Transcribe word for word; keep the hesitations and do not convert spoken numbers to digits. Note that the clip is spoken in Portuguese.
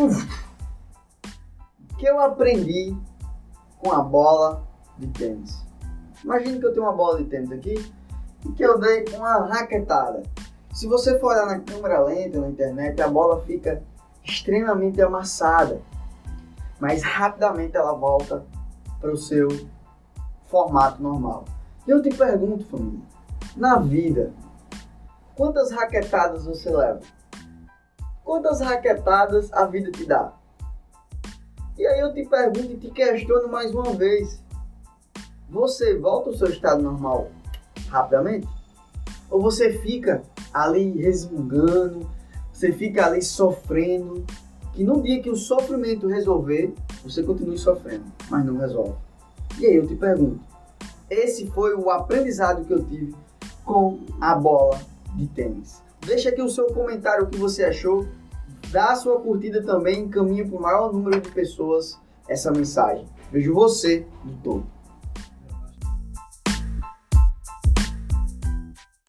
que eu aprendi com a bola de tênis. Imagina que eu tenho uma bola de tênis aqui e que eu dei uma raquetada. Se você for olhar na câmera lenta, na internet, a bola fica extremamente amassada, mas rapidamente ela volta para o seu formato normal. E eu te pergunto, família, na vida, quantas raquetadas você leva? Quantas raquetadas a vida te dá? E aí eu te pergunto e te questiono mais uma vez. Você volta ao seu estado normal rapidamente? Ou você fica ali resmungando, você fica ali sofrendo, que no dia que o sofrimento resolver, você continue sofrendo, mas não resolve. E aí eu te pergunto, esse foi o aprendizado que eu tive com a bola de tênis. Deixa aqui o seu comentário, o que você achou, dá a sua curtida também, encaminha para o maior número de pessoas essa mensagem. Vejo você no topo.